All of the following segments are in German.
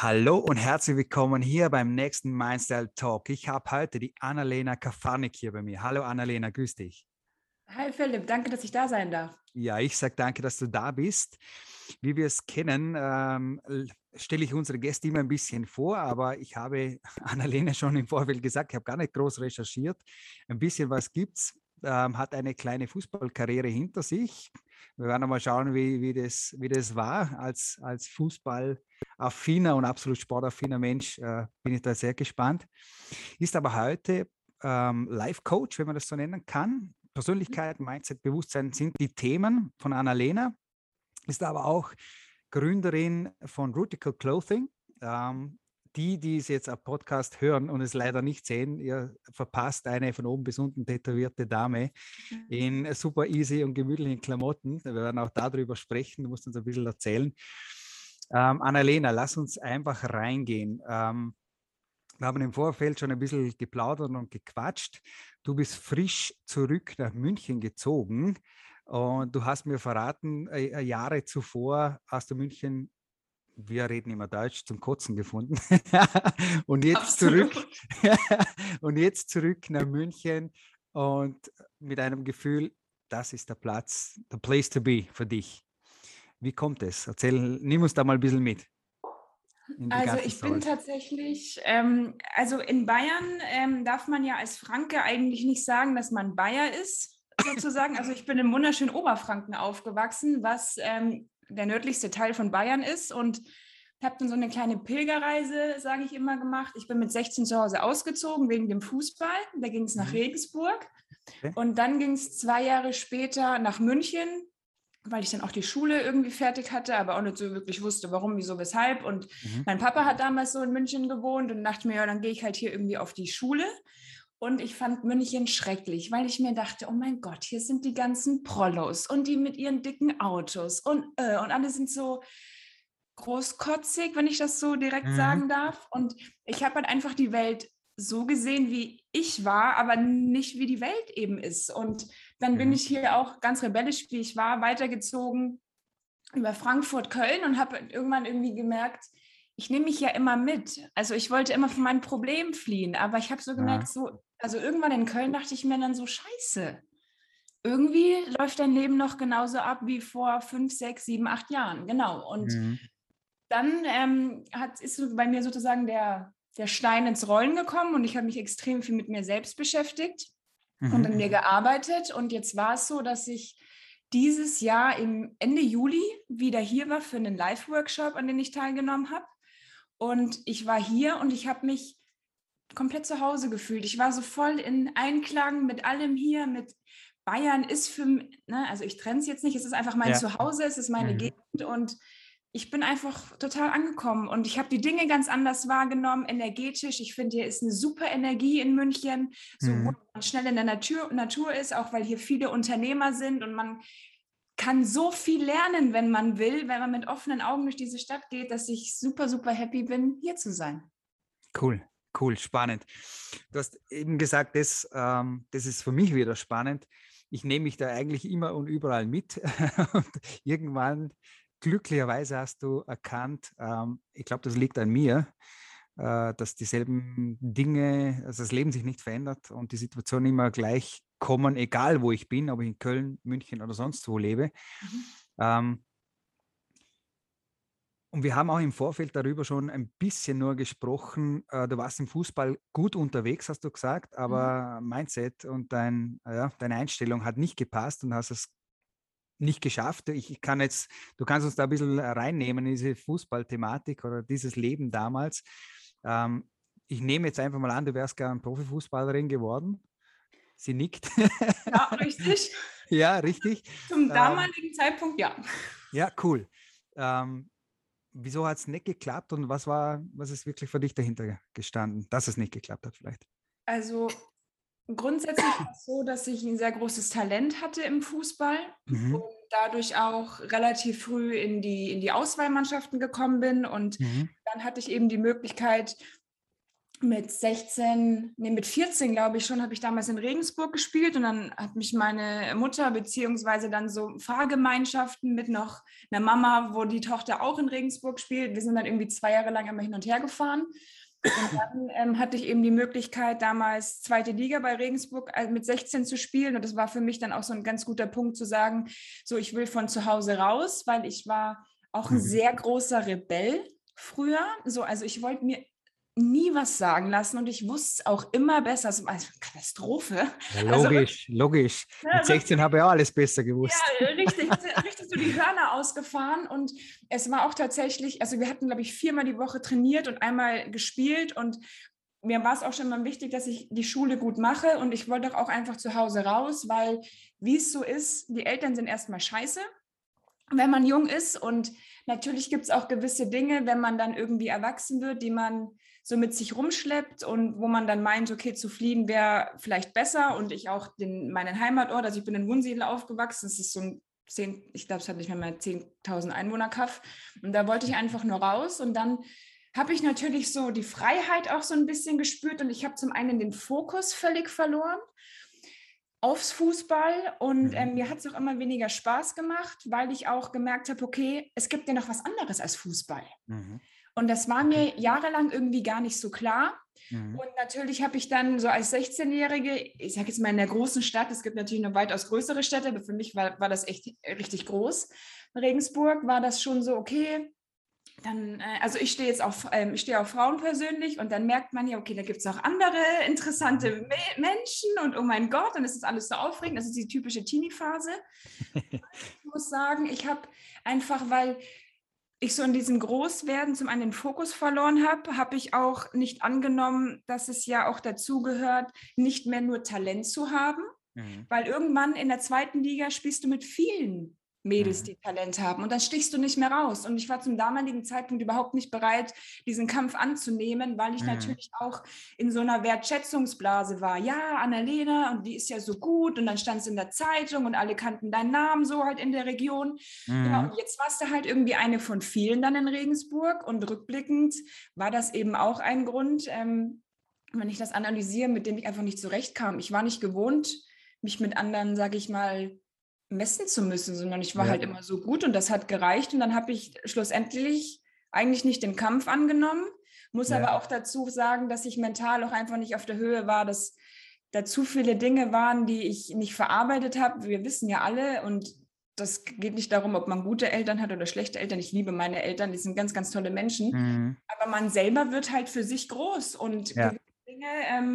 Hallo und herzlich willkommen hier beim nächsten Mindstyle Talk. Ich habe heute die Annalena Kafanik hier bei mir. Hallo Annalena, grüß dich. Hi Philipp, danke, dass ich da sein darf. Ja, ich sage danke, dass du da bist. Wie wir es kennen, stelle ich unsere Gäste immer ein bisschen vor, aber ich habe Annalena schon im Vorfeld gesagt, ich habe gar nicht groß recherchiert. Ein bisschen was gibt's. Hat eine kleine Fußballkarriere hinter sich. Wir werden mal schauen, wie das war als fußballaffiner und absolut sportaffiner Mensch. Bin ich da sehr gespannt. Ist aber heute Life-Coach, wenn man das so nennen kann. Persönlichkeit, Mindset, Bewusstsein sind die Themen von Annalena, ist aber auch Gründerin von Rutical Clothing. Die es jetzt am Podcast hören und es leider nicht sehen, ihr verpasst eine von oben bis unten tätowierte Dame in super easy und gemütlichen Klamotten. Wir werden auch darüber sprechen, du musst uns ein bisschen erzählen. Annalena, lass uns einfach reingehen. Wir haben im Vorfeld schon ein bisschen geplaudert und gequatscht. Du bist frisch zurück nach München gezogen und du hast mir verraten, Jahre zuvor hast du München, wir reden immer Deutsch, zum Kotzen gefunden. und jetzt zurück Absolut. und jetzt zurück nach München und mit einem Gefühl, das ist der Platz, the place to be für dich. Wie kommt es? Erzähl, nimm uns da mal ein bisschen mit in die Also ganze ich bin Story. tatsächlich, also in Bayern darf man ja als Franke eigentlich nicht sagen, dass man Bayer ist, sozusagen. Also ich bin im wunderschönen Oberfranken aufgewachsen, was der nördlichste Teil von Bayern ist und habe dann so eine kleine Pilgerreise, sage ich immer, gemacht. Ich bin mit 16 zu Hause ausgezogen wegen dem Fußball. Da ging es nach Mhm. Regensburg Okay. und dann ging es 2 Jahre später nach München, weil ich dann auch die Schule irgendwie fertig hatte, aber auch nicht so wirklich wusste, warum, wieso, weshalb. Und Mhm. mein Papa hat damals so in München gewohnt und dachte mir, ja, dann gehe ich halt hier irgendwie auf die Schule. Und ich fand München schrecklich, weil ich mir dachte, oh mein Gott, hier sind die ganzen Prollos und die mit ihren dicken Autos und alle sind so großkotzig, wenn ich das so direkt Mhm. sagen darf. Und ich habe halt einfach die Welt so gesehen, wie ich war, aber nicht wie die Welt eben ist. Und dann bin Mhm. ich hier auch ganz rebellisch, wie ich war, weitergezogen über Frankfurt, Köln und habe irgendwann irgendwie gemerkt, ich nehme mich ja immer mit. Also ich wollte immer von meinem Problem fliehen, aber ich habe so gemerkt, Ja. so, also irgendwann in Köln dachte ich mir dann so, scheiße, irgendwie läuft dein Leben noch genauso ab wie vor 5, 6, 7, 8 Jahren. Genau. Und Mhm. dann ist so bei mir sozusagen der Stein ins Rollen gekommen und ich habe mich extrem viel mit mir selbst beschäftigt und Mhm. an mir gearbeitet. Und jetzt war es so, dass ich dieses Jahr im Ende Juli wieder hier war für einen Live-Workshop, an dem ich teilgenommen habe. Und ich war hier und ich habe mich komplett zu Hause gefühlt. Ich war so voll in Einklang mit allem hier, mit Bayern ist für mich, ne, also ich trenne es jetzt nicht, es ist einfach mein Ja. Zuhause, es ist meine Mhm. Gegend und ich bin einfach total angekommen und ich habe die Dinge ganz anders wahrgenommen, energetisch. Ich finde, hier ist eine super Energie in München, sowohl Mhm. weil man schnell in der Natur ist, auch weil hier viele Unternehmer sind und man kann so viel lernen, wenn man will, wenn man mit offenen Augen durch diese Stadt geht, dass ich super, super happy bin, hier zu sein. Cool, cool, spannend. Du hast eben gesagt, das ist für mich wieder spannend. Ich nehme mich da eigentlich immer und überall mit. Und irgendwann, glücklicherweise, hast du erkannt, ich glaube, das liegt an mir, dass dieselben Dinge, also das Leben sich nicht verändert und die Situationen immer gleich kommen, egal wo ich bin, ob ich in Köln, München oder sonst wo lebe. Mhm. Ähm, Und wir haben auch im Vorfeld darüber schon ein bisschen nur gesprochen. Du warst im Fußball gut unterwegs, hast du gesagt, Mhm. aber Mindset und deine Einstellung hat nicht gepasst und hast es nicht geschafft. Du kannst uns da ein bisschen reinnehmen in diese Fußballthematik oder dieses Leben damals. Ähm, Ich nehme jetzt einfach mal an, du wärst gern Profifußballerin geworden. Sie nickt. Ja, richtig. Ja, richtig. Zum Ähm, damaligen Zeitpunkt ja. ja, cool. Ähm, Wieso hat es nicht geklappt und was ist wirklich für dich dahinter gestanden, dass es nicht geklappt hat vielleicht? Also grundsätzlich war es so, dass ich ein sehr großes Talent hatte im Fußball und Mhm. dadurch auch relativ früh in die Auswahlmannschaften gekommen bin. Und Mhm. dann hatte ich eben die Möglichkeit, mit 16, nee, mit 14, glaube ich schon, habe ich damals in Regensburg gespielt und dann hat mich meine Mutter beziehungsweise dann so Fahrgemeinschaften mit noch einer Mama, wo die Tochter auch in Regensburg spielt. Wir sind dann irgendwie 2 Jahre lang immer hin und her gefahren. Und dann hatte ich eben die Möglichkeit, damals zweite Liga bei Regensburg mit 16 zu spielen. Und das war für mich dann auch so ein ganz guter Punkt zu sagen, so ich will von zu Hause raus, weil ich war auch ein sehr großer Rebell früher. So, also ich wollte mir nie was sagen lassen und ich wusste es auch immer besser. Also Katastrophe. Ja, Also logisch, logisch. Mit ne, 16 habe ich auch alles besser ja, gewusst. richtig, richtig so die Hörner ausgefahren und es war auch tatsächlich, also wir hatten, glaube ich, 4-mal die Woche trainiert und einmal gespielt und mir war es auch schon mal wichtig, dass ich die Schule gut mache und ich wollte auch einfach zu Hause raus, weil wie es so ist, die Eltern sind erstmal scheiße, wenn man jung ist und natürlich gibt es auch gewisse Dinge, wenn man dann irgendwie erwachsen wird, die man so mit sich rumschleppt und wo man dann meint, okay, zu fliehen wäre vielleicht besser und ich auch meinen Heimatort, also ich bin in Wunsiedel aufgewachsen, das ist so ein 10, ich glaube, es hat nicht mehr 10.000 Einwohner Kaff und da wollte ich einfach nur raus und dann habe ich natürlich so die Freiheit auch so ein bisschen gespürt und ich habe zum einen den Fokus völlig verloren aufs Fußball und mir hat es auch immer weniger Spaß gemacht, weil ich auch gemerkt habe, okay, es gibt ja noch was anderes als Fußball. Mhm. Und das war mir jahrelang irgendwie gar nicht so klar. Mhm. Und natürlich habe ich dann so als 16-Jährige, ich sage jetzt mal in der großen Stadt, es gibt natürlich noch weitaus größere Städte, aber für mich war das echt richtig groß. In Regensburg war das schon so, okay, dann, also ich stehe jetzt ich stehe auf Frauen persönlich und dann merkt man ja, okay, da gibt es auch andere interessante Menschen und oh mein Gott, dann ist das alles so aufregend. Das ist die typische Teenie-Phase. Ich muss sagen, ich habe einfach, weil ich so in diesem Großwerden zum einen den Fokus verloren habe, habe ich auch nicht angenommen, dass es ja auch dazu gehört, nicht mehr nur Talent zu haben, Mhm. weil irgendwann in der zweiten Liga spielst du mit vielen Mädels, Mhm. die Talent haben und dann stichst du nicht mehr raus. Und ich war zum damaligen Zeitpunkt überhaupt nicht bereit, diesen Kampf anzunehmen, weil ich Mhm. natürlich auch in so einer Wertschätzungsblase war. Ja, Annalena, und die ist ja so gut und dann stand es in der Zeitung und alle kannten deinen Namen so halt in der Region. Ja, Mhm. und jetzt warst du halt irgendwie eine von vielen dann in Regensburg und rückblickend war das eben auch ein Grund, wenn ich das analysiere, mit dem ich einfach nicht zurechtkam. Ich war nicht gewohnt, mich mit anderen, sage ich mal, messen zu müssen, sondern ich war Ja. halt immer so gut und das hat gereicht und dann habe ich schlussendlich eigentlich nicht den Kampf angenommen, muss Ja. aber auch dazu sagen, dass ich mental auch einfach nicht auf der Höhe war, dass da zu viele Dinge waren, die ich nicht verarbeitet habe. Wir wissen ja alle und das geht nicht darum, ob man gute Eltern hat oder schlechte Eltern. Ich liebe meine Eltern, die sind ganz, ganz tolle Menschen. Mhm. Aber man selber wird halt für sich groß und Ja. gewisse Dinge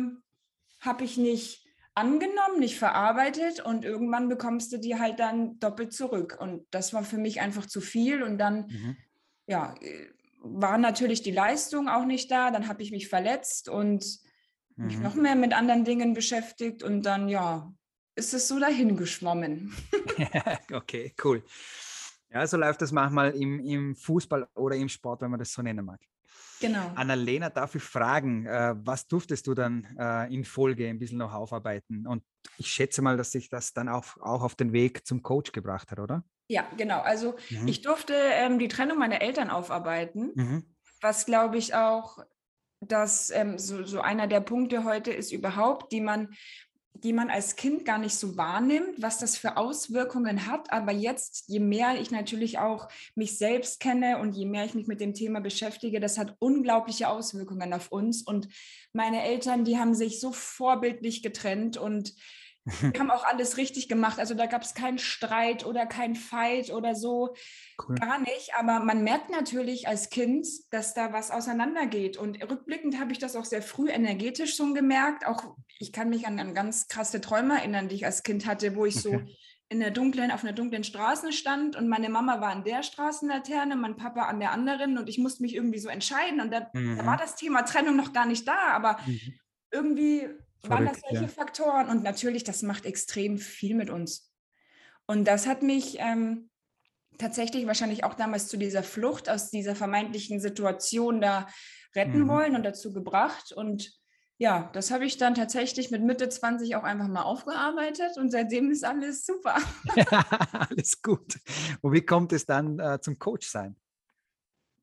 habe ich nicht angenommen, nicht verarbeitet und irgendwann bekommst du die halt dann doppelt zurück. Und das war für mich einfach zu viel und dann, Mhm. ja, war natürlich die Leistung auch nicht da. Dann habe ich mich verletzt und mich Mhm. noch mehr mit anderen Dingen beschäftigt und dann, ja, ist es so dahingeschwommen. Okay, cool. Ja, so läuft das manchmal im Fußball oder im Sport, wenn man das so nennen mag. Genau. Annalena, darf ich fragen, was durftest du dann in Folge ein bisschen noch aufarbeiten? Und ich schätze mal, dass sich das dann auch auf den Weg zum Coach gebracht hat, oder? Ja, genau. Also Mhm. ich durfte die Trennung meiner Eltern aufarbeiten, Mhm. was glaube ich auch, dass so einer der Punkte heute ist überhaupt, die man als Kind gar nicht so wahrnimmt, was das für Auswirkungen hat. Aber jetzt, je mehr ich natürlich auch mich selbst kenne und je mehr ich mich mit dem Thema beschäftige, das hat unglaubliche Auswirkungen auf uns. Und meine Eltern, die haben sich so vorbildlich getrennt und die haben auch alles richtig gemacht. Also da gab es keinen Streit oder keinen Fight oder so. Cool. Gar nicht, aber man merkt natürlich als Kind, dass da was auseinandergeht. Und rückblickend habe ich das auch sehr früh energetisch schon gemerkt. Auch ich kann mich an ganz krasse Träume erinnern, die ich als Kind hatte, wo ich so Okay. auf einer dunklen Straße stand und meine Mama war an der Straßenlaterne, mein Papa an der anderen und ich musste mich irgendwie so entscheiden. Und da war Mhm. das Thema Trennung noch gar nicht da, aber Mhm. irgendwie waren das Verrückt, solche ja. Faktoren und natürlich, das macht extrem viel mit uns. Und das hat mich tatsächlich wahrscheinlich auch damals zu dieser Flucht aus dieser vermeintlichen Situation da retten Mhm. wollen und dazu gebracht. Und ja, das habe ich dann tatsächlich mit Mitte 20 auch einfach mal aufgearbeitet und seitdem ist alles super. Alles gut. Und wie kommt es dann zum Coach sein?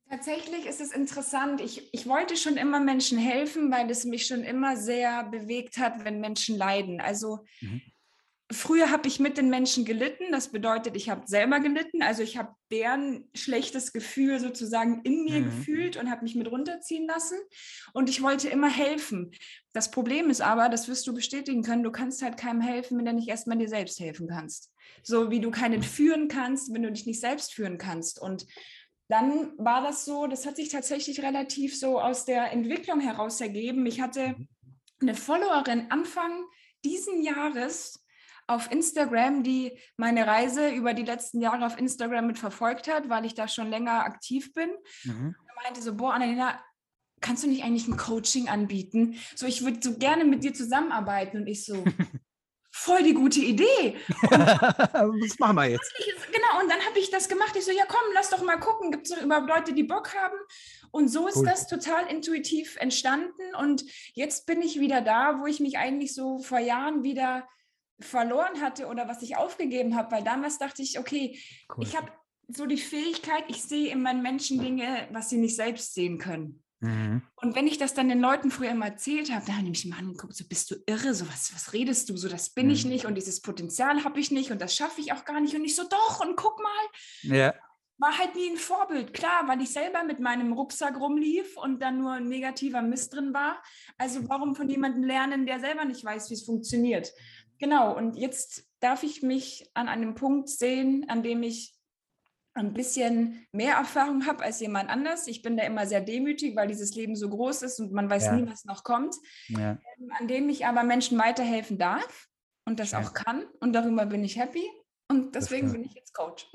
Tatsächlich ist es interessant. Ich wollte schon immer Menschen helfen, weil es mich schon immer sehr bewegt hat, wenn Menschen leiden. Also Mhm. früher habe ich mit den Menschen gelitten. Das bedeutet, ich habe selber gelitten. Also ich habe deren schlechtes Gefühl sozusagen in mir Mhm. gefühlt und habe mich mit runterziehen lassen. Und ich wollte immer helfen. Das Problem ist aber, das wirst du bestätigen können, du kannst halt keinem helfen, wenn du nicht erstmal dir selbst helfen kannst. So wie du keinen führen kannst, wenn du dich nicht selbst führen kannst. Und dann war das so, das hat sich tatsächlich relativ so aus der Entwicklung heraus ergeben. Ich hatte Mhm. eine Followerin Anfang diesen Jahres auf Instagram, die meine Reise über die letzten Jahre auf Instagram mit verfolgt hat, weil ich da schon länger aktiv bin. Mhm. Und meinte so, boah, Annalena, kannst du nicht eigentlich ein Coaching anbieten? So, ich würde so gerne mit dir zusammenarbeiten. Und ich so, voll die gute Idee. Und Was machen wir jetzt? genau, und dann habe ich das gemacht. Ich so, ja komm, lass doch mal gucken, gibt es noch überhaupt Leute, die Bock haben? Und so ist Cool. das total intuitiv entstanden. Und jetzt bin ich wieder da, wo ich mich eigentlich so vor Jahren wieder verloren hatte oder was ich aufgegeben habe, weil damals dachte ich, okay, Cool. ich habe so die Fähigkeit, ich sehe in meinen Menschen Dinge, was sie nicht selbst sehen können. Mhm. Und wenn ich das dann den Leuten früher immer erzählt habe, dann haben die mich mal angeguckt, so bist du irre, so was redest du, so das bin ich Mhm. nicht und dieses Potenzial habe ich nicht und das schaffe ich auch gar nicht und ich so doch und guck mal, Ja. war halt nie ein Vorbild, klar, weil ich selber mit meinem Rucksack rumlief und dann nur ein negativer Mist drin war. Also warum von jemandem lernen, der selber nicht weiß, wie es funktioniert? Genau, und jetzt darf ich mich an einem Punkt sehen, an dem ich ein bisschen mehr Erfahrung habe als jemand anders. Ich bin da immer sehr demütig, weil dieses Leben so groß ist und man weiß Ja. nie, was noch kommt. Ja. An dem ich aber Menschen weiterhelfen darf und das Schön. auch kann. Und darüber bin ich happy. Und Das deswegen freut bin ich jetzt Coach.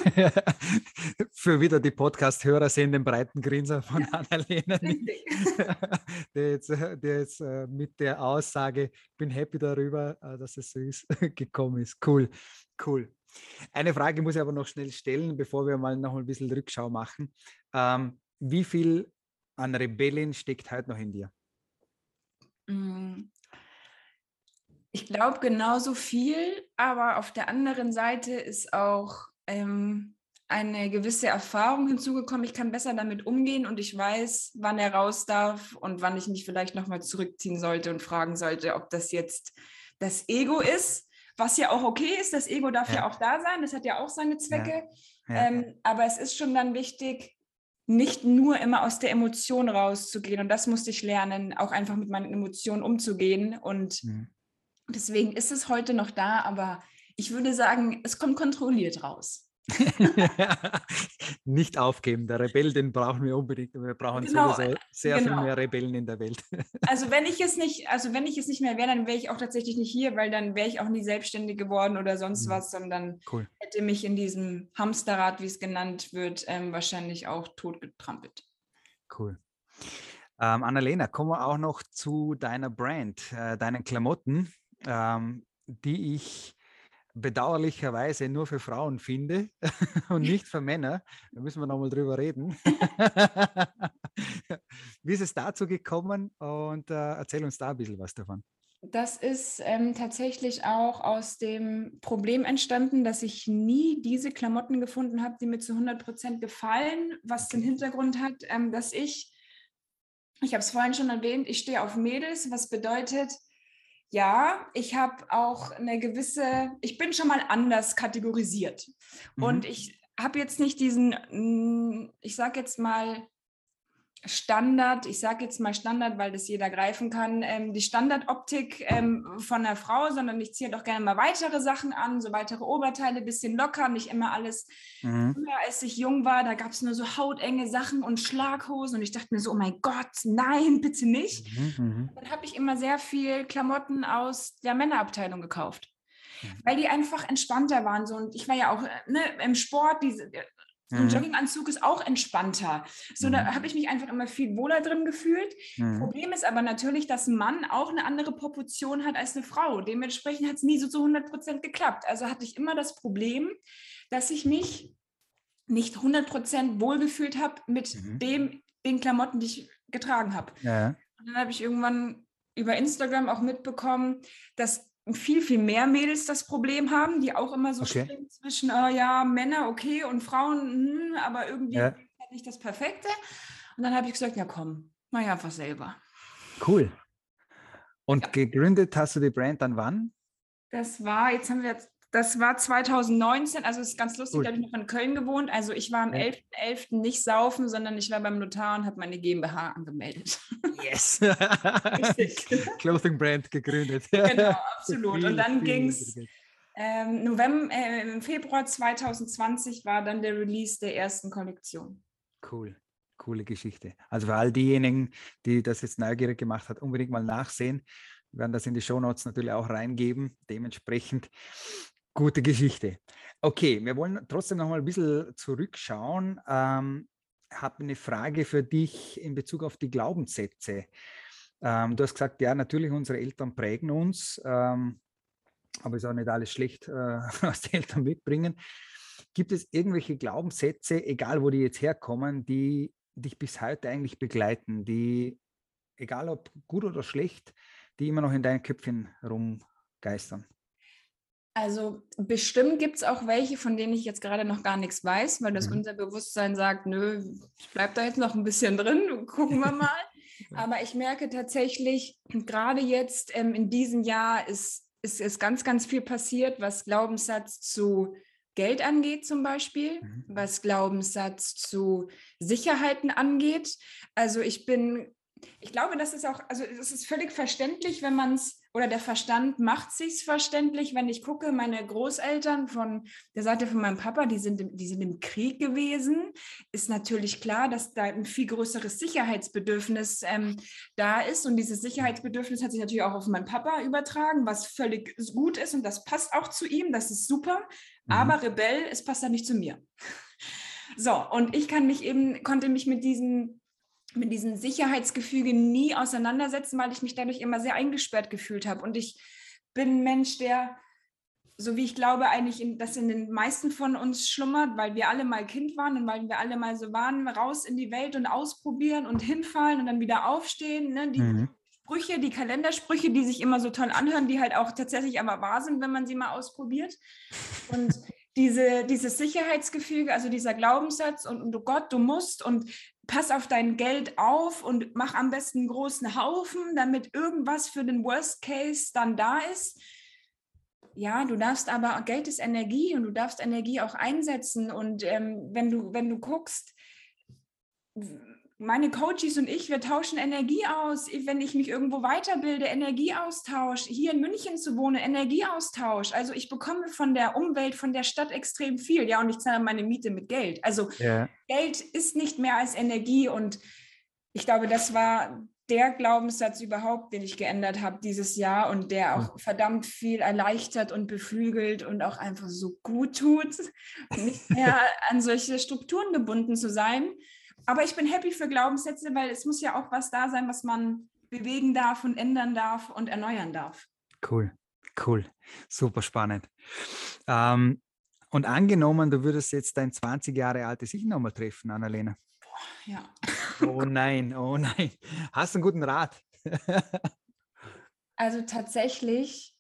Für wieder die Podcast-Hörer sehen den breiten Grinser von Ja, Annalena nicht, richtig. der jetzt mit der Aussage, bin happy darüber, dass es so ist, gekommen ist. Cool, cool. Eine Frage muss ich aber noch schnell stellen, bevor wir mal noch ein bisschen Rückschau machen. Wie viel an Rebellin steckt heute noch in dir? Ich glaube genauso viel, aber auf der anderen Seite ist auch eine gewisse Erfahrung hinzugekommen. Ich kann besser damit umgehen und ich weiß, wann er raus darf und wann ich mich vielleicht nochmal zurückziehen sollte und fragen sollte, ob das jetzt das Ego ist, was ja auch okay ist. Das Ego darf ja Ja, auch da sein, das hat ja auch seine ja, Zwecke. ja. Aber es ist schon dann wichtig, nicht nur immer aus der Emotion rauszugehen. Und das musste ich lernen, auch einfach mit meinen Emotionen umzugehen. Und Mhm. deswegen ist es heute noch da, aber ich würde sagen, es kommt kontrolliert raus. Nicht aufgeben, der Rebell, den brauchen wir unbedingt. Wir brauchen Genau, sowieso sehr viel genau. mehr Rebellen in der Welt. Also wenn ich es nicht mehr wäre, dann wäre ich auch tatsächlich nicht hier, weil dann wäre ich auch nie selbstständig geworden oder sonst was, sondern Cool. hätte mich in diesem Hamsterrad, wie es genannt wird, wahrscheinlich auch totgetrampelt. Cool. Annalena, kommen wir auch noch zu deiner Brand, deinen Klamotten, die ich bedauerlicherweise nur für Frauen finde und nicht für Männer. Da müssen wir nochmal drüber reden. Wie ist es dazu gekommen? Und erzähl uns da ein bisschen was davon. Das ist tatsächlich auch aus dem Problem entstanden, dass ich nie diese Klamotten gefunden habe, die mir zu 100% gefallen, was den Hintergrund hat, dass ich habe es vorhin schon erwähnt, ich stehe auf Mädels, was bedeutet, ja, ich habe auch eine gewisse, ich bin schon mal anders kategorisiert. Und Mhm. ich habe jetzt nicht diesen, ich sage jetzt mal, Standard, ich sage jetzt mal Standard, weil das jeder greifen kann, die Standardoptik von einer Frau, sondern ich ziehe doch gerne mal weitere Sachen an, so weitere Oberteile, bisschen locker, nicht immer alles. Mhm. Früher, als ich jung war, da gab es nur so hautenge Sachen und Schlaghosen und ich dachte mir so, oh mein Gott, nein, bitte nicht. Mhm. Mhm. Dann habe ich immer sehr viel Klamotten aus der Männerabteilung gekauft, weil die einfach entspannter waren. So. Und ich war ja auch im Sport, so ein Mhm. Jogginganzug ist auch entspannter. So, da habe ich mich einfach immer viel wohler drin gefühlt. Mhm. Problem ist aber natürlich, dass ein Mann auch eine andere Proportion hat als eine Frau. Dementsprechend hat es nie so zu 100% geklappt. Also hatte ich immer das Problem, dass ich mich nicht 100% wohlgefühlt habe mit Mhm. den Klamotten, die ich getragen habe. Ja. Und dann habe ich irgendwann über Instagram auch mitbekommen, dass viel, viel mehr Mädels das Problem haben, die auch immer so Okay. springen zwischen, ja, Männer, okay, und Frauen, aber irgendwie Ja. geht es nicht das Perfekte. Und dann habe ich gesagt, ja komm, mach ich einfach selber. Cool. Und Ja. gegründet hast du die Brand dann wann? Das war 2019, also es ist ganz lustig, Cool. da habe ich noch in Köln gewohnt. Also ich war am Ja. 11.11. nicht saufen, sondern ich war beim Notar und habe meine GmbH angemeldet. Yes! Richtig. Clothing Brand gegründet. Genau, absolut. Viel, Und dann viel ging es Geld. im Februar 2020 war dann der Release der ersten Kollektion. Cool, coole Geschichte. Also für all diejenigen, die das jetzt neugierig gemacht hat, unbedingt mal nachsehen. Wir werden das in die Shownotes natürlich auch reingeben. Dementsprechend gute Geschichte. Okay, wir wollen trotzdem noch mal ein bisschen zurückschauen. Habe eine Frage für dich in Bezug auf die Glaubenssätze. Du hast gesagt, ja, natürlich, unsere Eltern prägen uns, aber ist auch nicht alles schlecht, was die Eltern mitbringen. Gibt es irgendwelche Glaubenssätze, egal wo die jetzt herkommen, die dich bis heute eigentlich begleiten, die, egal ob gut oder schlecht, die immer noch in deinem Köpfchen rumgeistern? Also bestimmt gibt es auch welche, von denen ich jetzt gerade noch gar nichts weiß, weil das Unterbewusstsein sagt, nö, ich bleibe da jetzt noch ein bisschen drin, gucken wir mal. Aber ich merke tatsächlich, gerade jetzt in diesem Jahr ist ganz, ganz viel passiert, was Glaubenssatz zu Geld angeht zum Beispiel, was Glaubenssatz zu Sicherheiten angeht. Also ich glaube, das ist auch, also es ist völlig verständlich, wenn man es, oder der Verstand macht sich's verständlich, wenn ich gucke, meine Großeltern von der Seite von meinem Papa, die sind im Krieg gewesen, ist natürlich klar, dass da ein viel größeres Sicherheitsbedürfnis da ist, und dieses Sicherheitsbedürfnis hat sich natürlich auch auf meinen Papa übertragen, was völlig gut ist, und das passt auch zu ihm, das ist super, aber Rebell, es passt dann nicht zu mir. So, und ich konnte mich mit diesen Sicherheitsgefüge nie auseinandersetzen, weil ich mich dadurch immer sehr eingesperrt gefühlt habe. Und ich bin ein Mensch, der, so wie ich glaube, eigentlich das in den meisten von uns schlummert, weil wir alle mal Kind waren und weil wir alle mal so waren, raus in die Welt und ausprobieren und hinfallen und dann wieder aufstehen. Ne? Die Sprüche, die Kalendersprüche, die sich immer so toll anhören, die halt auch tatsächlich aber wahr sind, wenn man sie mal ausprobiert. Und dieses Sicherheitsgefüge, also dieser Glaubenssatz und oh Gott, du musst und pass auf dein Geld auf und mach am besten einen großen Haufen, damit irgendwas für den Worst Case dann da ist. Ja, du darfst aber, Geld ist Energie und du darfst Energie auch einsetzen. Und wenn du guckst, meine Coaches und ich, wir tauschen Energie aus. Wenn ich mich irgendwo weiterbilde, Energieaustausch. Hier in München zu wohnen, Energieaustausch. Also ich bekomme von der Umwelt, von der Stadt extrem viel. Ja, und ich zahle meine Miete mit Geld. Also Geld ist nicht mehr als Energie. Und ich glaube, das war der Glaubenssatz überhaupt, den ich geändert habe dieses Jahr und der auch verdammt viel erleichtert und beflügelt und auch einfach so gut tut, nicht mehr an solche Strukturen gebunden zu sein. Aber ich bin happy für Glaubenssätze, weil es muss ja auch was da sein, was man bewegen darf und ändern darf und erneuern darf. Cool, super spannend. Und angenommen, du würdest jetzt dein 20 Jahre altes Ich nochmal treffen, Annalena. Ja. Oh nein. Hast du einen guten Rat? Also tatsächlich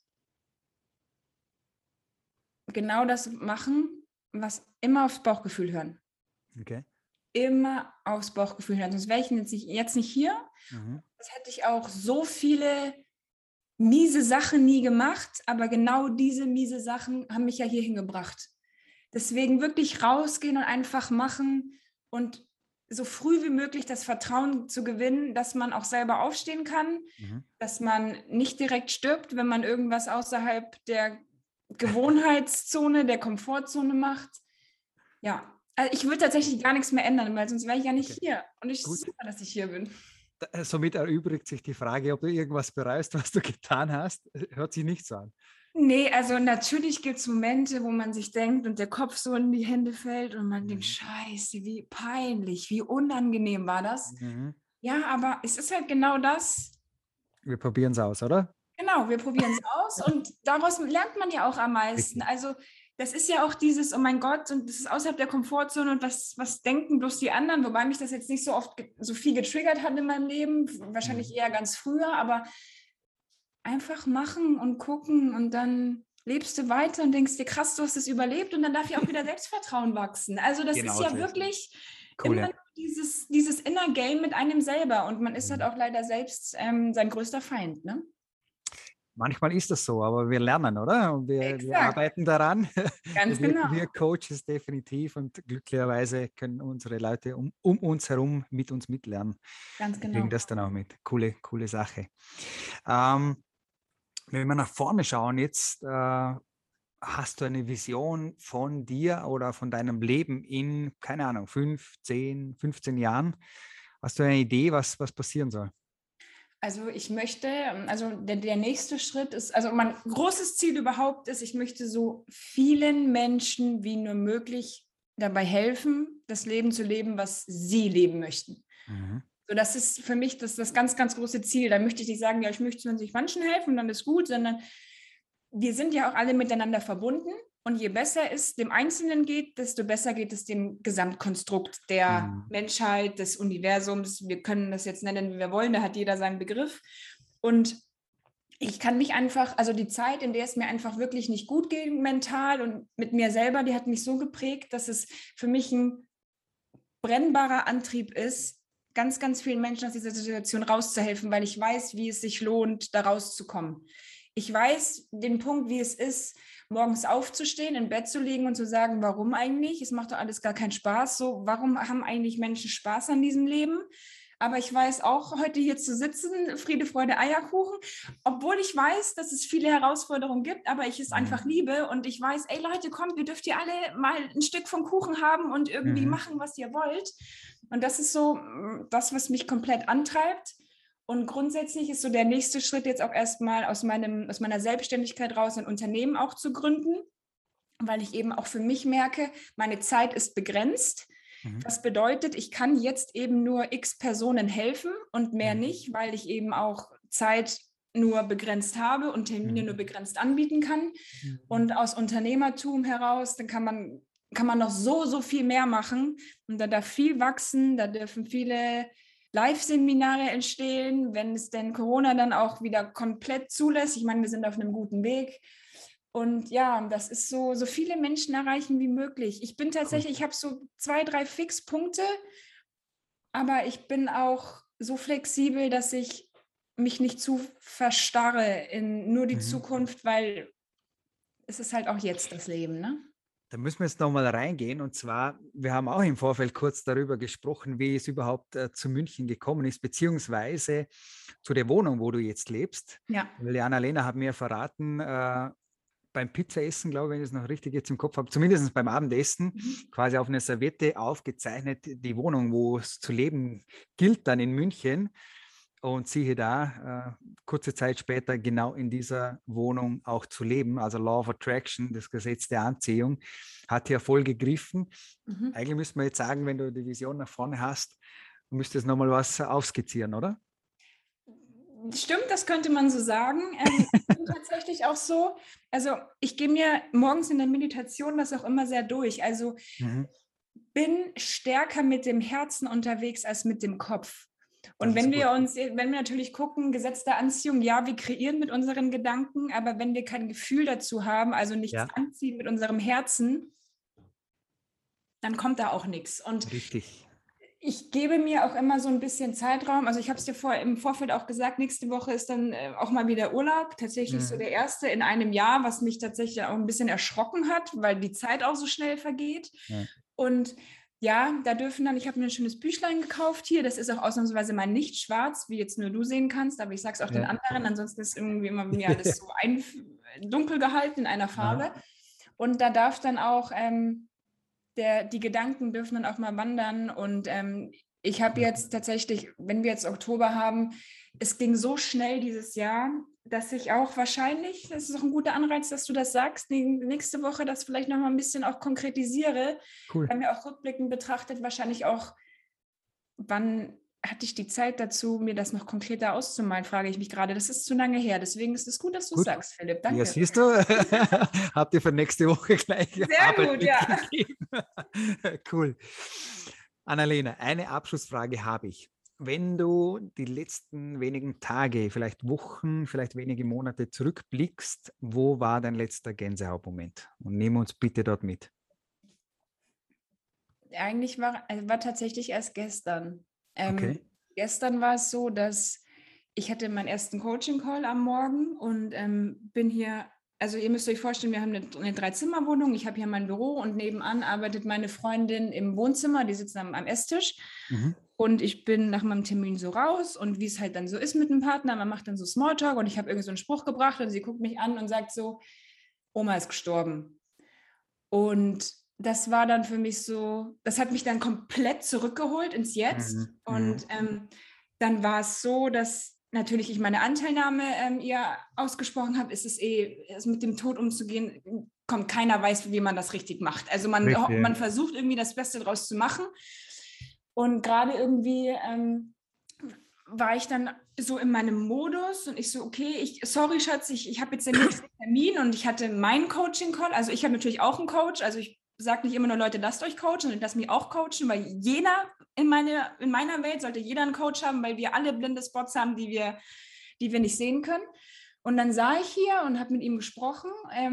genau das machen, was immer aufs Bauchgefühl hören. Okay. Immer aufs Bauchgefühl hören. Sonst wäre ich jetzt nicht hier. Das hätte ich auch so viele miese Sachen nie gemacht, aber genau diese miese Sachen haben mich ja hierhin gebracht. Deswegen wirklich rausgehen und einfach machen und so früh wie möglich das Vertrauen zu gewinnen, dass man auch selber aufstehen kann, dass man nicht direkt stirbt, wenn man irgendwas außerhalb der Gewohnheitszone, der Komfortzone macht. Ja, also ich würde tatsächlich gar nichts mehr ändern, weil sonst wäre ich ja nicht hier. Und es ist super, dass ich hier bin. Somit erübrigt sich die Frage, ob du irgendwas bereust, was du getan hast. Hört sich nicht so an. Nee, also natürlich gibt es Momente, wo man sich denkt und der Kopf so in die Hände fällt und man denkt, scheiße, wie peinlich, wie unangenehm war das. Ja, aber es ist halt genau das. Wir probieren es aus, oder? Genau, wir probieren es aus und daraus lernt man ja auch am meisten. Also das ist ja auch dieses, oh mein Gott, und das ist außerhalb der Komfortzone und was denken bloß die anderen, wobei mich das jetzt nicht so oft so viel getriggert hat in meinem Leben, wahrscheinlich eher ganz früher, aber einfach machen und gucken und dann lebst du weiter und denkst dir, krass, du hast es überlebt und dann darf ja auch wieder Selbstvertrauen wachsen. Also das ist ja wirklich immer dieses Inner Game mit einem selber und man ist halt auch leider selbst sein größter Feind, ne? Manchmal ist das so, aber wir lernen, oder? Und wir Exakt, arbeiten daran. ganz genau, Wir Coaches definitiv und glücklicherweise können unsere Leute um uns herum mit uns mitlernen. ganz Wir kriegen genau. das dann auch mit. Coole Sache. Ähm, Wenn wir nach vorne schauen jetzt, hast du eine Vision von dir oder von deinem Leben in, keine Ahnung, 5, 10, 15 Jahren? Hast du eine Idee, was passieren soll? Also ich möchte, also der nächste Schritt ist, also mein großes Ziel überhaupt ist, ich möchte so vielen Menschen wie nur möglich dabei helfen, das Leben zu leben, was sie leben möchten. Mhm. So, das ist für mich das ganz, ganz große Ziel. Da möchte ich nicht sagen, ja, ich möchte 20 Menschen helfen, dann ist gut, sondern wir sind ja auch alle miteinander verbunden. Und je besser es dem Einzelnen geht, desto besser geht es dem Gesamtkonstrukt der Mhm. Menschheit, des Universums. Wir können das jetzt nennen, wie wir wollen, da hat jeder seinen Begriff. Und ich kann mich einfach, also die Zeit, in der es mir einfach wirklich nicht gut ging mental und mit mir selber, die hat mich so geprägt, dass es für mich ein brennbarer Antrieb ist, ganz, ganz vielen Menschen aus dieser Situation rauszuhelfen, weil ich weiß, wie es sich lohnt, da rauszukommen. Ich weiß den Punkt, wie es ist, morgens aufzustehen, im Bett zu liegen und zu sagen, warum eigentlich? Es macht doch alles gar keinen Spaß. So, warum haben eigentlich Menschen Spaß an diesem Leben? Aber ich weiß auch, heute hier zu sitzen, Friede, Freude, Eierkuchen, obwohl ich weiß, dass es viele Herausforderungen gibt, aber ich es einfach Mhm. liebe und ich weiß, ey Leute, kommt, ihr dürft ihr alle mal ein Stück vom Kuchen haben und irgendwie Mhm. machen, was ihr wollt. Und das ist so das, was mich komplett antreibt. Und grundsätzlich ist so der nächste Schritt jetzt auch erstmal aus meiner Selbstständigkeit raus ein Unternehmen auch zu gründen, weil ich eben auch für mich merke, meine Zeit ist begrenzt. Mhm. Das bedeutet, ich kann jetzt eben nur x Personen helfen und mehr Mhm. nicht, weil ich eben auch Zeit nur begrenzt habe und Termine Mhm. nur begrenzt anbieten kann. Mhm. Und aus Unternehmertum heraus, dann kann man noch so viel mehr machen. Und da darf viel wachsen, da dürfen viele Live-Seminare entstehen, wenn es denn Corona dann auch wieder komplett zulässt. Ich meine, wir sind auf einem guten Weg. Und ja, das ist so viele Menschen erreichen wie möglich. Ich bin Cool. tatsächlich, ich habe so 2, 3 Fixpunkte, aber ich bin auch so flexibel, dass ich mich nicht zu verstarre in nur die Mhm. Zukunft, weil es ist halt auch jetzt das Leben, ne? Da müssen wir jetzt nochmal reingehen. Und zwar, wir haben auch im Vorfeld kurz darüber gesprochen, wie es überhaupt zu München gekommen ist, beziehungsweise zu der Wohnung, wo du jetzt lebst. Ja. Weil die Annalena hat mir verraten, beim Pizzaessen, glaube ich, wenn ich es noch richtig jetzt im Kopf habe, zumindest beim Abendessen, Mhm. quasi auf einer Serviette aufgezeichnet, die Wohnung, wo es zu leben gilt, dann in München. Und siehe da, kurze Zeit später genau in dieser Wohnung auch zu leben. Also Law of Attraction, das Gesetz der Anziehung, hat hier voll gegriffen. Mhm. Eigentlich müsste man jetzt sagen, wenn du die Vision nach vorne hast, müsstest du nochmal was aufskizzieren, oder? Stimmt, das könnte man so sagen. Ich bin tatsächlich auch so, also ich gehe mir morgens in der Meditation das auch immer sehr durch. Also Mhm. bin stärker mit dem Herzen unterwegs als mit dem Kopf. Und Das ist gut. wenn wir natürlich gucken, Gesetz der Anziehung, ja, wir kreieren mit unseren Gedanken, aber wenn wir kein Gefühl dazu haben, also nichts Ja, anziehen mit unserem Herzen, dann kommt da auch nichts. Und richtig. ich gebe mir auch immer so ein bisschen Zeitraum. Also ich habe es dir im Vorfeld auch gesagt, nächste Woche ist dann auch mal wieder Urlaub. Tatsächlich so Mhm. der erste in einem Jahr, was mich tatsächlich auch ein bisschen erschrocken hat, weil die Zeit auch so schnell vergeht. Ja. Und ja, da dürfen dann, ich habe mir ein schönes Büchlein gekauft hier. Das ist auch ausnahmsweise mal nicht schwarz, wie jetzt nur du sehen kannst, aber ich sage es auch den Ja. anderen. Ansonsten ist irgendwie immer mir alles so dunkel gehalten in einer Aha. Farbe. Und da darf dann auch die Gedanken dürfen dann auch mal wandern. Und ich habe Cool. jetzt tatsächlich, wenn wir jetzt Oktober haben, es ging so schnell dieses Jahr, dass ich auch wahrscheinlich, das ist auch ein guter Anreiz, dass du das sagst, nächste Woche das vielleicht noch mal ein bisschen auch konkretisiere. Cool. Wenn wir auch rückblickend betrachtet, wahrscheinlich auch, wann hatte ich die Zeit dazu, mir das noch konkreter auszumalen, frage ich mich gerade. Das ist zu lange her. Deswegen ist es gut, dass du es Gut. sagst, Philipp. Ja, Danke. siehst du, habt ihr für nächste Woche gleich Sehr Arbeit gut, ja. mitgegeben. Cool. Annalena, eine Abschlussfrage habe ich. Wenn du die letzten wenigen Tage, vielleicht Wochen, vielleicht wenige Monate zurückblickst, wo war dein letzter Gänsehautmoment? Und nimm uns bitte dort mit. Eigentlich war tatsächlich erst gestern. Okay. Gestern war es so, dass ich hatte meinen ersten Coaching-Call am Morgen und bin hier, also ihr müsst euch vorstellen, wir haben eine Dreizimmerwohnung, ich habe hier mein Büro und nebenan arbeitet meine Freundin im Wohnzimmer, die sitzen am Esstisch. Mhm. Und ich bin nach meinem Termin so raus und wie es halt dann so ist mit einem Partner, man macht dann so Smalltalk und ich habe irgendwie so einen Spruch gebracht und sie guckt mich an und sagt so, Oma ist gestorben. Und das war dann für mich so, das hat mich dann komplett zurückgeholt ins Jetzt. Mhm. Und dann war es so, dass natürlich ich meine Anteilnahme ihr ausgesprochen habe. Also mit dem Tod umzugehen, kommt keiner weiß, wie man das richtig macht. Also Richtig. man versucht irgendwie das Beste draus zu machen. Und gerade irgendwie war ich dann so in meinem Modus und ich so, okay, sorry Schatz, ich habe jetzt den nächsten Termin und ich hatte meinen Coaching-Call. Also ich habe natürlich auch einen Coach, also ich sage nicht immer nur, Leute, lasst euch coachen, sondern lasst mich auch coachen, weil jeder in meiner Welt sollte jeder einen Coach haben, weil wir alle blinde Spots haben, die wir nicht sehen können. Und dann saß ich hier und habe mit ihm gesprochen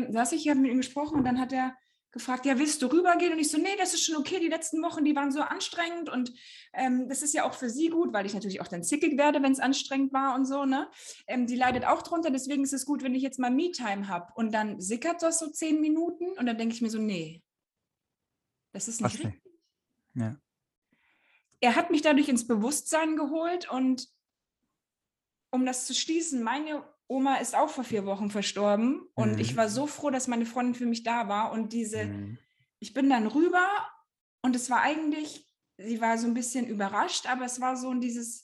und dann hat er gefragt, ja, willst du rübergehen? Und ich so, nee, das ist schon okay, die letzten Wochen, die waren so anstrengend und das ist ja auch für sie gut, weil ich natürlich auch dann zickig werde, wenn es anstrengend war und so, ne? Die leidet auch drunter, deswegen ist es gut, wenn ich jetzt mal Me-Time habe. Und dann sickert das so 10 Minuten und dann denke ich mir so, nee, das ist nicht Passt richtig. nicht. Ja. Er hat mich dadurch ins Bewusstsein geholt und um das zu schließen, meine Oma ist auch vor 4 Wochen verstorben und ich war so froh, dass meine Freundin für mich da war und ich bin dann rüber und es war eigentlich, sie war so ein bisschen überrascht, aber es war so dieses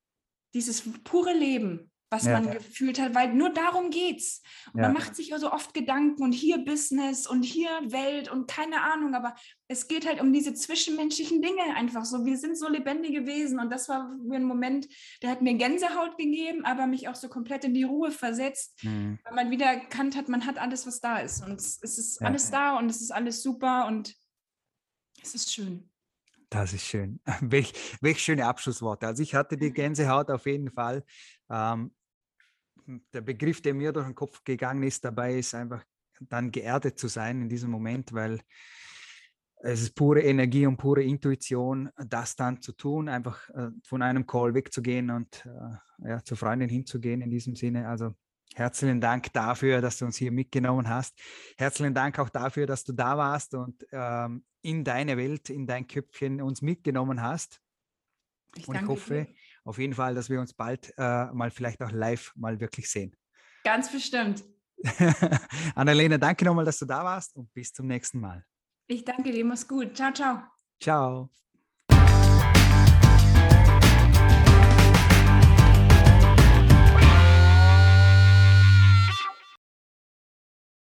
pure Leben, was Ja. man gefühlt hat, weil nur darum geht's. Und man Ja. macht sich ja so oft Gedanken und hier Business und hier Welt und keine Ahnung, aber es geht halt um diese zwischenmenschlichen Dinge einfach so. Wir sind so lebendige Wesen und das war mir ein Moment, der hat mir Gänsehaut gegeben, aber mich auch so komplett in die Ruhe versetzt, weil man wieder erkannt hat, man hat alles, was da ist und es ist Ja. alles da und es ist alles super und es ist schön. Das ist schön. Welch schöne Abschlussworte. Also ich hatte die Gänsehaut auf jeden Fall. Ähm, Der Begriff, der mir durch den Kopf gegangen ist, dabei ist einfach dann geerdet zu sein in diesem Moment, weil es ist pure Energie und pure Intuition, das dann zu tun, einfach von einem Call wegzugehen und ja, zur Freundin hinzugehen in diesem Sinne. Also herzlichen Dank dafür, dass du uns hier mitgenommen hast. Herzlichen Dank auch dafür, dass du da warst und in deine Welt, in dein Köpfchen uns mitgenommen hast. Und ich hoffe auf jeden Fall, dass wir uns bald mal vielleicht auch live mal wirklich sehen. Ganz bestimmt. Annalena, danke nochmal, dass du da warst und bis zum nächsten Mal. Ich danke dir, mach's gut. Ciao, ciao. Ciao.